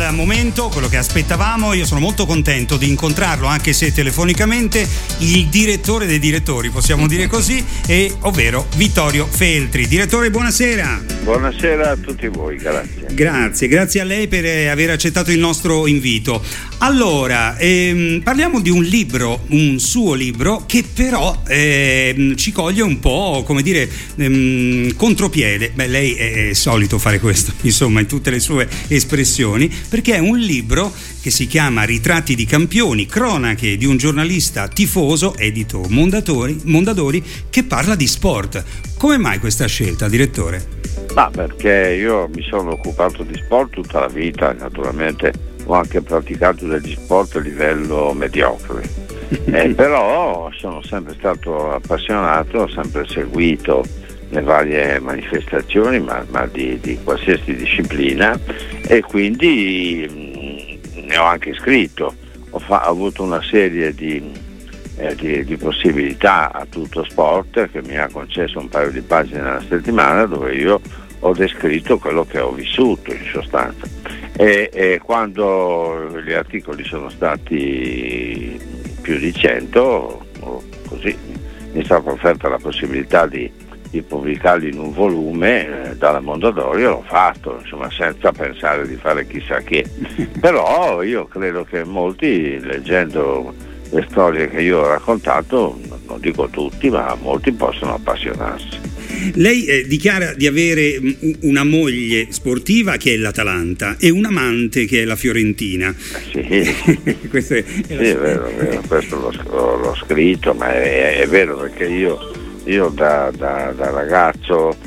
al momento, quello che aspettavamo. Io sono molto contento di incontrarlo, anche se telefonicamente, il direttore dei direttori, possiamo dire così, ovvero Vittorio Feltri. Direttore, buonasera. Buonasera a tutti voi, grazie. Grazie a lei per aver accettato il nostro invito. Allora, parliamo di un libro, un suo libro, che però ci coglie un po', come dire, contropiede. Beh, lei è solito fare questo, insomma, in tutte le sue espressioni, perché è un libro che si chiama Ritratti di campioni, cronache di un giornalista tifoso, edito Mondadori, che parla di sport. Come mai questa scelta, direttore? Perché io mi sono occupato di sport tutta la vita, naturalmente ho anche praticato degli sport a livello mediocre, però sono sempre stato appassionato, ho sempre seguito le varie manifestazioni, ma di qualsiasi disciplina, e quindi ne ho anche scritto. Ho avuto una serie di possibilità a tutto sport che mi ha concesso un paio di pagine alla settimana, dove io ho descritto quello che ho vissuto in sostanza, e quando gli articoli sono stati più di 100, così mi è stata offerta la possibilità di pubblicarli in un volume dalla Mondadori, l'ho fatto, insomma, senza pensare di fare chissà che. Però io credo che molti, leggendo le storie che io ho raccontato, non dico tutti, ma molti possono appassionarsi. Lei dichiara di avere una moglie sportiva che è l'Atalanta e un amante che è la Fiorentina. Sì, Questo è vero, questo l'ho scritto, ma è vero, perché io da ragazzo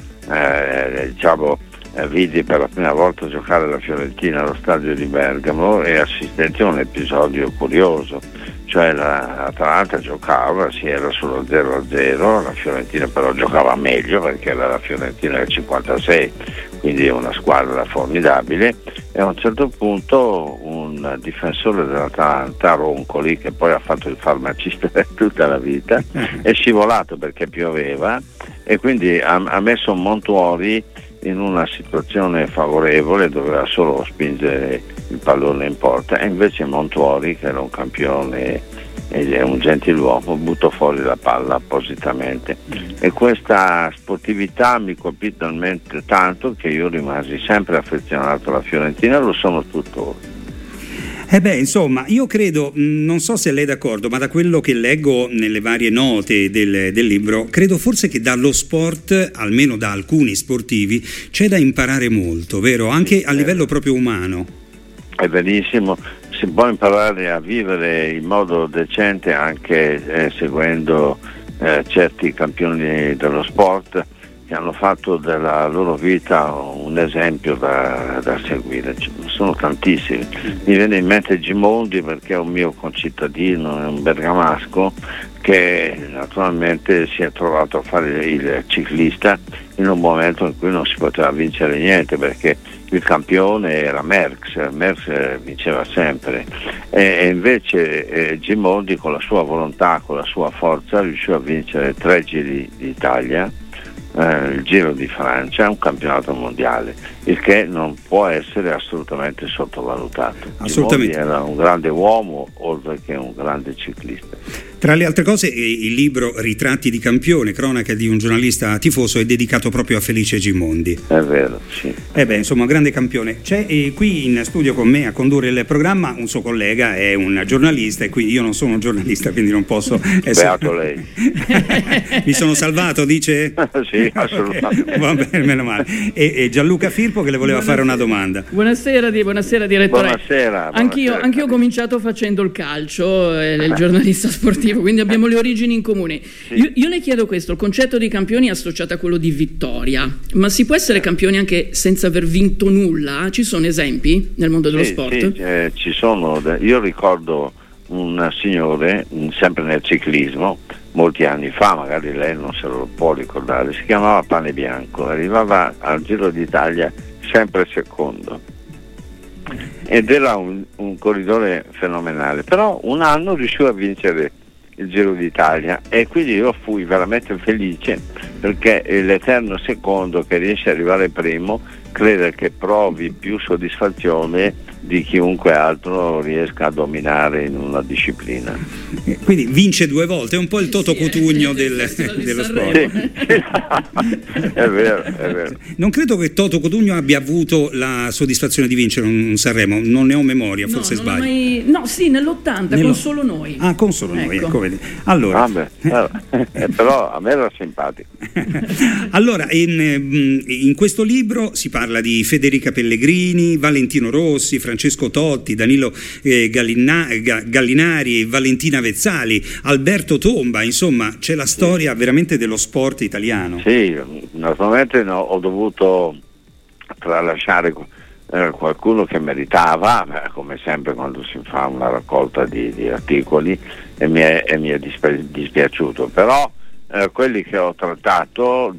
vidi per la prima volta giocare la Fiorentina allo stadio di Bergamo e assistetti a un episodio curioso, cioè l'Atalanta giocava, era sullo 0-0, la Fiorentina però giocava meglio perché era la Fiorentina del 56, quindi è una squadra formidabile, e a un certo punto un difensore dell'Atalanta, Roncoli, che poi ha fatto il farmacista per tutta la vita, è scivolato perché pioveva e quindi ha messo Montuori in una situazione favorevole, doveva solo spingere il pallone in porta, e invece Montuori, che era un campione ed è un gentiluomo, buttò fuori la palla appositamente, e questa sportività mi colpì talmente tanto che io rimasi sempre affezionato alla Fiorentina, lo sono tuttora. Insomma, io credo, non so se lei è d'accordo, ma da quello che leggo nelle varie note del libro, credo forse che dallo sport, almeno da alcuni sportivi, c'è da imparare molto, vero? Anche a livello proprio umano. È benissimo, si può imparare a vivere in modo decente anche seguendo certi campioni dello sport che hanno fatto della loro vita un esempio da seguire. Sono tantissimi. Mi viene in mente Gimondi, perché è un mio concittadino, è un bergamasco che naturalmente si è trovato a fare il ciclista in un momento in cui non si poteva vincere niente, perché il campione era Merckx vinceva sempre, e invece Gimondi, con la sua volontà, con la sua forza, riuscì a vincere 3 giri d'Italia, il Giro di Francia, un campionato mondiale, il che non può essere assolutamente sottovalutato. Assolutamente. Gimondi era un grande uomo, oltre che un grande ciclista. Tra le altre cose, il libro Ritratti di campione, cronaca di un giornalista tifoso, è dedicato proprio a Felice Gimondi. È vero, sì. Insomma, un grande campione. C'è qui in studio con me a condurre il programma un suo collega, è un giornalista, e quindi io non sono un giornalista, quindi non posso essere... Beato lei. Mi sono salvato, dice? Sì, assolutamente. Okay. Va bene, meno male. E Gianluca Firpo che le voleva fare una domanda. Buonasera direttore. Buonasera. Anch'io ho cominciato facendo il calcio, il giornalista sportivo, quindi abbiamo le origini in comune. Sì. Io le chiedo questo: il concetto di campioni è associato a quello di vittoria, ma si può essere campioni anche senza aver vinto nulla? Ci sono esempi nel mondo dello sport? Sì, ci sono. Io ricordo un signore, sempre nel ciclismo, molti anni fa, magari lei non se lo può ricordare, si chiamava Pane Bianco, arrivava al Giro d'Italia sempre secondo ed era un corridore fenomenale, però un anno riuscì a vincere il Giro d'Italia, e quindi io fui veramente felice, perché l'eterno secondo che riesce ad arrivare primo credo che provi più soddisfazione di chiunque altro riesca a dominare in una disciplina. Quindi vince 2 volte, è un po' il Toto Cutugno dello sport. Sì. È vero. Non credo che Toto Cutugno abbia avuto la soddisfazione di vincere un Sanremo, non ne ho memoria, forse sbaglio. No, sì, nell'80 con Solo Noi. Ah, con Solo Noi, ecco, vedi. Allora. Però a me era simpatico. Allora, in questo libro si parla di Federica Pellegrini, Valentino Rossi, Francesco Totti, Danilo Gallinari, Valentina Vezzali, Alberto Tomba, insomma c'è la storia veramente dello sport italiano. Sì, naturalmente ho dovuto tralasciare qualcuno che meritava, come sempre quando si fa una raccolta di articoli, e mi è dispiaciuto, però tra quelli che ho trattato,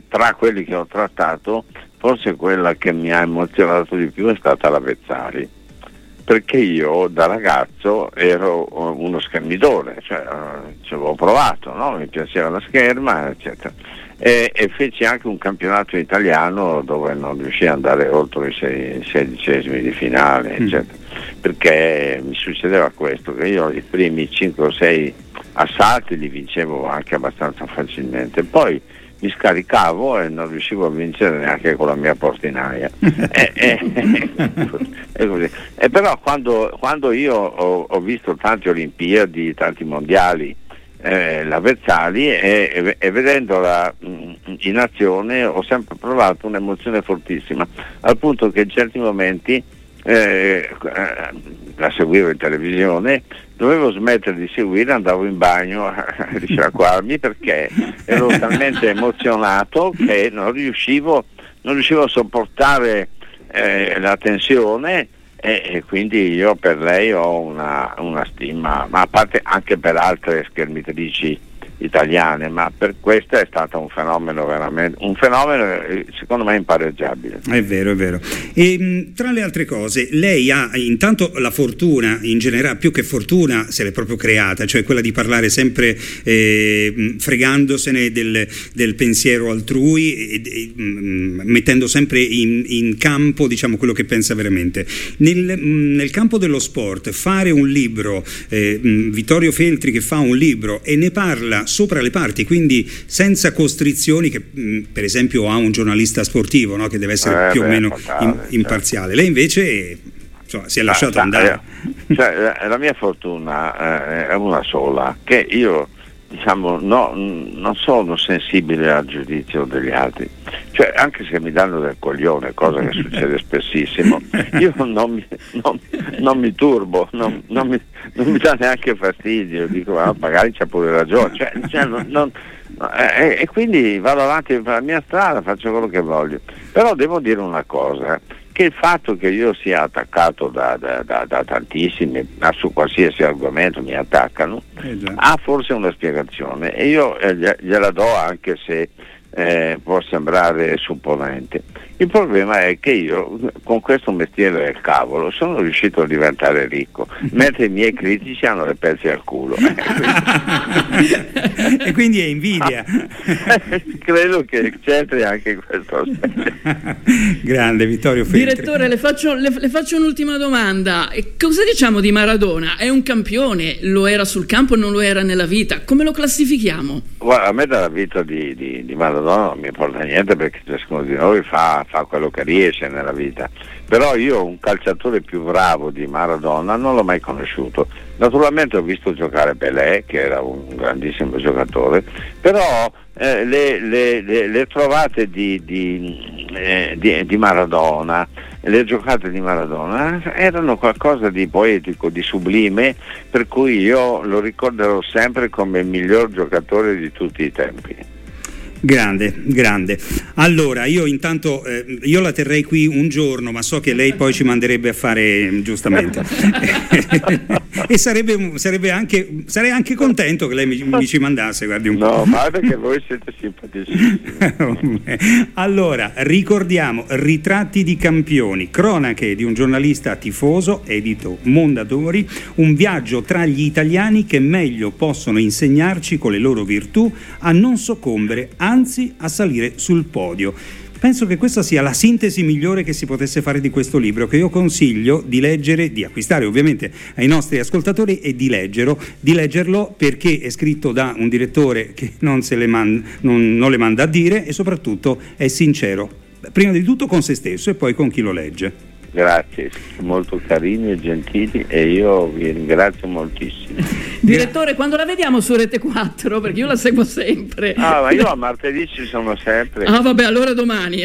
forse quella che mi ha emozionato di più è stata la Vezzali, perché io da ragazzo ero uno schermidore, cioè ci avevo provato, no? Mi piaceva la scherma, eccetera, e feci anche un campionato italiano dove non riuscii ad andare oltre i 16esimi di finale, eccetera, perché mi succedeva questo, che io i primi 5 o 6 assalti li vincevo anche abbastanza facilmente, poi mi scaricavo e non riuscivo a vincere neanche con la mia portinaia. Però quando io ho visto tante Olimpiadi, tanti mondiali, la Vezzali, e vedendola in azione ho sempre provato un'emozione fortissima, al punto che in certi momenti la seguivo in televisione, dovevo smettere di seguire, andavo in bagno a risciacquarmi perché ero talmente emozionato che non riuscivo a sopportare la tensione, e quindi io per lei ho una stima, ma a parte anche per altre schermitrici italiane, ma per questa è stato un fenomeno secondo me impareggiabile. È vero. E tra le altre cose, lei ha intanto la fortuna, in generale, più che fortuna se l'è proprio creata, cioè quella di parlare sempre fregandosene del pensiero altrui, mettendo sempre in campo, diciamo, quello che pensa veramente. Nel campo dello sport, fare un libro, Vittorio Feltri che fa un libro e ne parla sopra le parti, quindi senza costrizioni che per esempio ha un giornalista sportivo, no? Che deve essere più o meno imparziale. Lei invece si è lasciato andare. La mia fortuna è una sola, che io non sono sensibile al giudizio degli altri, cioè anche se mi danno del coglione, cosa che succede spessissimo, io non mi turbo, non mi dà neanche fastidio, dico magari c'ha pure ragione, e quindi vado avanti per la mia strada, faccio quello che voglio. Però devo dire una cosa, che il fatto che io sia attaccato da tantissimi, su qualsiasi argomento mi attaccano, ha forse una spiegazione, e io gliela do, anche se può sembrare supponente. Il problema è che io con questo mestiere del cavolo sono riuscito a diventare ricco, mentre i miei critici hanno le pezze al culo. E quindi è invidia. Credo che c'entri anche questo aspetto. Grande Vittorio Feltri. Direttore, le faccio un'ultima domanda. Cosa diciamo di Maradona? È un campione, lo era sul campo, non lo era nella vita. Come lo classifichiamo? Guarda, a me dalla vita di Maradona non mi importa niente, perché ciascuno di noi fa quello che riesce nella vita, però io un calciatore più bravo di Maradona non l'ho mai conosciuto. Naturalmente ho visto giocare Pelé, che era un grandissimo giocatore, però le trovate di Maradona, le giocate di Maradona erano qualcosa di poetico, di sublime, per cui io lo ricorderò sempre come il miglior giocatore di tutti i tempi. Grande. Allora, io intanto io la terrei qui un giorno, ma so che lei poi ci manderebbe a fare, giustamente. E sarei anche contento che lei mi ci mandasse, guardi un po'. No, ma perché voi siete simpaticissimi. Allora, ricordiamo Ritratti di campioni, cronache di un giornalista tifoso, edito Mondadori, un viaggio tra gli italiani che meglio possono insegnarci con le loro virtù a non soccombere, anzi a salire sul podio. Penso che questa sia la sintesi migliore che si potesse fare di questo libro, che io consiglio di leggere, di acquistare ovviamente ai nostri ascoltatori e di leggerlo perché è scritto da un direttore che non le manda a dire e soprattutto è sincero, prima di tutto con se stesso e poi con chi lo legge. Grazie, molto carini e gentili e io vi ringrazio moltissimo. Direttore, quando la vediamo su Rete 4? Perché io la seguo sempre. Ma io a martedì ci sono sempre. Vabbè, allora domani.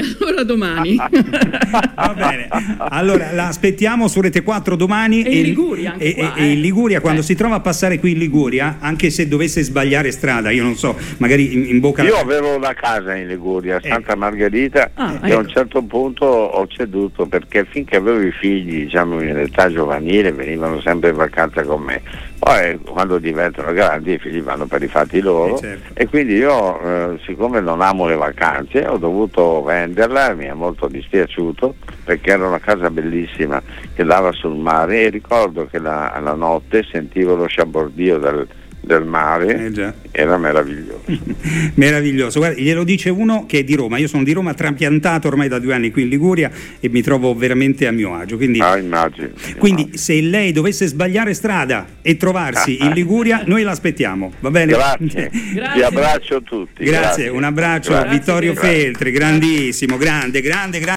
Va bene, allora la aspettiamo su Rete 4 domani e in Liguria anche e in Liguria quando si trova a passare qui in Liguria, anche se dovesse sbagliare strada, io non so, magari in bocca. Io avevo una casa in Liguria, Santa Margherita, e a un certo punto ho ceduto perché finché avevo i figli, diciamo in età giovanile, venivano sempre in vacanza con me. Poi quando diventano grandi i figli vanno per i fatti loro, certo. E quindi io siccome non amo le vacanze ho dovuto venderla, mi è molto dispiaciuto perché era una casa bellissima che dava sul mare e ricordo che la notte sentivo lo sciabordio del mare, era meraviglioso. Meraviglioso, guarda, glielo dice uno che è di Roma, io sono di Roma, trapiantato ormai da 2 anni qui in Liguria e mi trovo veramente a mio agio, quindi, immagino. Quindi se lei dovesse sbagliare strada e trovarsi in Liguria noi l'aspettiamo, va bene? Grazie. Vi abbraccio tutti. Grazie. Un abbraccio a Vittorio Feltri, grandissimo, grande